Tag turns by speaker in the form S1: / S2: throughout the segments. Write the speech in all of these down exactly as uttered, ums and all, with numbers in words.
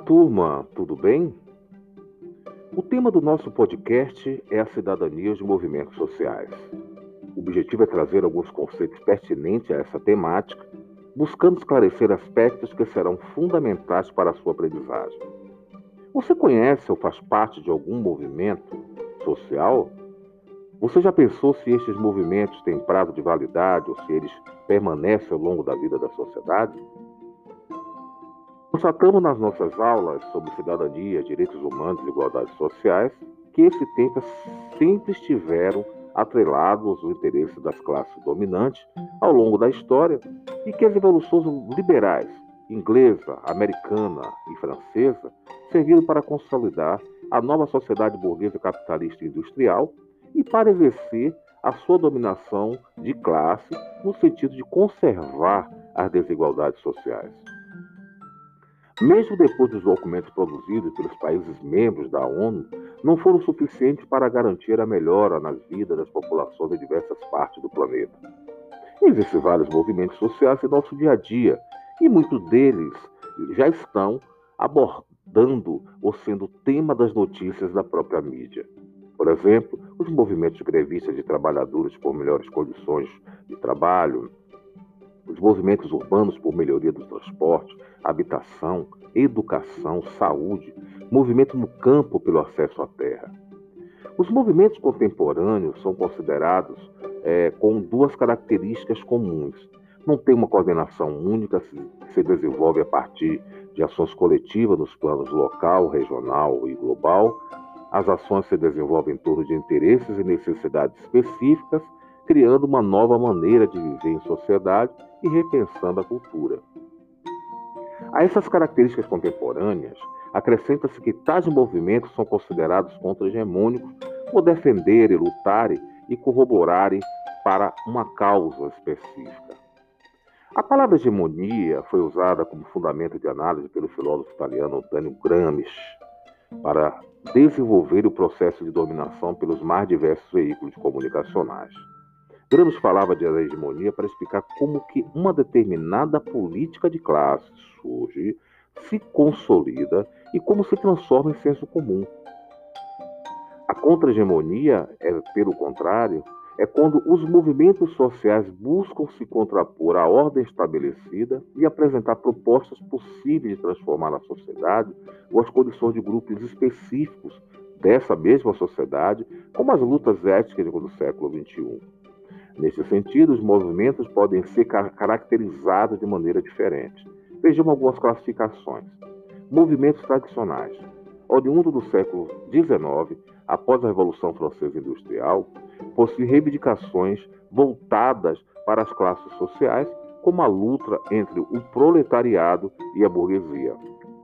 S1: Olá, turma, tudo bem? O tema do nosso podcast é a cidadania e os movimentos sociais. O objetivo é trazer alguns conceitos pertinentes a essa temática, buscando esclarecer aspectos que serão fundamentais para a sua aprendizagem. Você conhece ou faz parte de algum movimento social? Você já pensou se estes movimentos têm prazo de validade ou se eles permanecem ao longo da vida da sociedade? Constatamos nas nossas aulas sobre cidadania, direitos humanos e igualdades sociais que esse tema sempre estiveram atrelados aos interesses das classes dominantes ao longo da história e que as evoluções liberais, inglesa, americana e francesa, serviram para consolidar a nova sociedade burguesa capitalista e industrial e para exercer a sua dominação de classe no sentido de conservar as desigualdades sociais. Mesmo depois dos documentos produzidos pelos países membros da ONU, não foram suficientes para garantir a melhora nas vidas das populações de diversas partes do planeta. Existem vários movimentos sociais em nosso dia a dia, e muitos deles já estão abordando ou sendo tema das notícias da própria mídia. Por exemplo, os movimentos grevistas de trabalhadores por melhores condições de trabalho, os movimentos urbanos por melhoria do transporte, habitação, educação, saúde, movimento no campo pelo acesso à terra. Os movimentos contemporâneos são considerados é, com duas características comuns. Não tem uma coordenação única, se, se desenvolve a partir de ações coletivas nos planos local, regional e global. As ações se desenvolvem em torno de interesses e necessidades específicas, criando uma nova maneira de viver em sociedade e repensando a cultura. A essas características contemporâneas, acrescenta-se que tais movimentos são considerados contra-hegemônicos por defenderem, lutarem e corroborarem para uma causa específica. A palavra hegemonia foi usada como fundamento de análise pelo filósofo italiano Antonio Gramsci para desenvolver o processo de dominação pelos mais diversos veículos comunicacionais. Gramsci falava de hegemonia para explicar como que uma determinada política de classe surge, se consolida e como se transforma em senso comum. A contra-hegemonia, é, pelo contrário, é quando os movimentos sociais buscam se contrapor à ordem estabelecida e apresentar propostas possíveis de transformar a sociedade ou as condições de grupos específicos dessa mesma sociedade, como as lutas éticas do século vinte e um. Nesse sentido, os movimentos podem ser caracterizados de maneira diferente. Vejamos algumas classificações. Movimentos tradicionais. Oriundo do século dezenove, após a Revolução Francesa Industrial, possuem reivindicações voltadas para as classes sociais, como a luta entre o proletariado e a burguesia.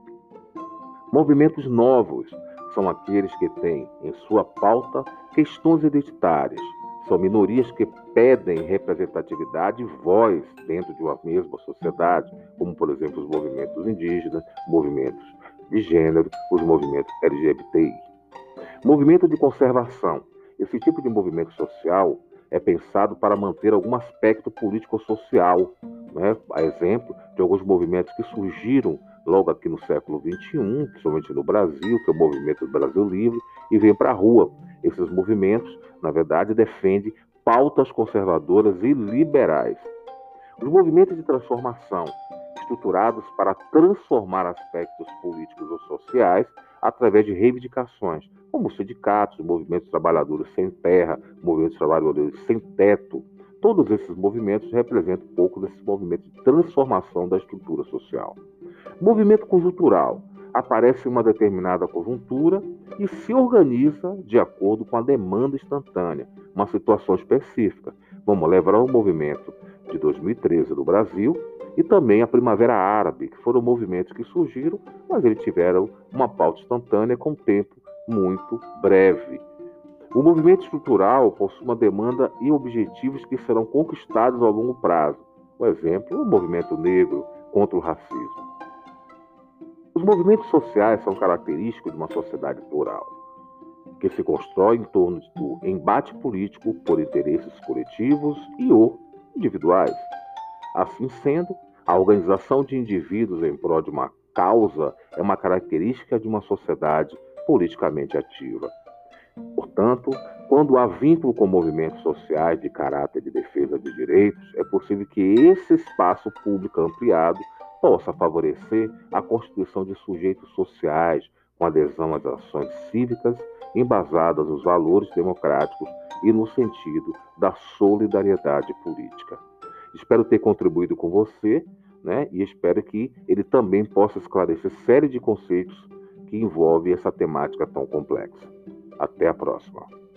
S1: Movimentos novos são aqueles que têm em sua pauta questões identitárias. São minorias que pedem representatividade e voz dentro de uma mesma sociedade, como, por exemplo, os movimentos indígenas, movimentos de gênero, os movimentos L G B T I. Movimento de conservação. Esse tipo de movimento social é pensado para manter algum aspecto político-social, né? A exemplo de alguns movimentos que surgiram logo aqui no século vinte e um, principalmente no Brasil, que é o movimento do Brasil Livre, e vem para a rua. Esses movimentos, na verdade, defendem pautas conservadoras e liberais. Os movimentos de transformação, estruturados para transformar aspectos políticos ou sociais através de reivindicações, como sindicatos, movimentos de trabalhadores sem terra, movimentos de trabalhadores sem teto. Todos esses movimentos representam um pouco desse movimento de transformação da estrutura social. Movimento conjuntural. Aparece em uma determinada conjuntura e se organiza de acordo com a demanda instantânea, uma situação específica. Vamos lembrar o movimento de dois mil e treze do Brasil e também a Primavera Árabe, que foram movimentos que surgiram, mas eles tiveram uma pauta instantânea com tempo muito breve. O movimento estrutural possui uma demanda e objetivos que serão conquistados ao longo prazo. Por exemplo, o movimento negro contra o racismo. Os movimentos sociais são característicos de uma sociedade plural, que se constrói em torno do embate político por interesses coletivos e ou individuais. Assim sendo, a organização de indivíduos em prol de uma causa é uma característica de uma sociedade politicamente ativa. Portanto, quando há vínculo com movimentos sociais de caráter de defesa de direitos, é possível que esse espaço público ampliado possa favorecer a constituição de sujeitos sociais com adesão às ações cívicas embasadas nos valores democráticos e no sentido da solidariedade política. Espero ter contribuído com você, né? E espero que ele também possa esclarecer série de conceitos que envolvem essa temática tão complexa. Até a próxima.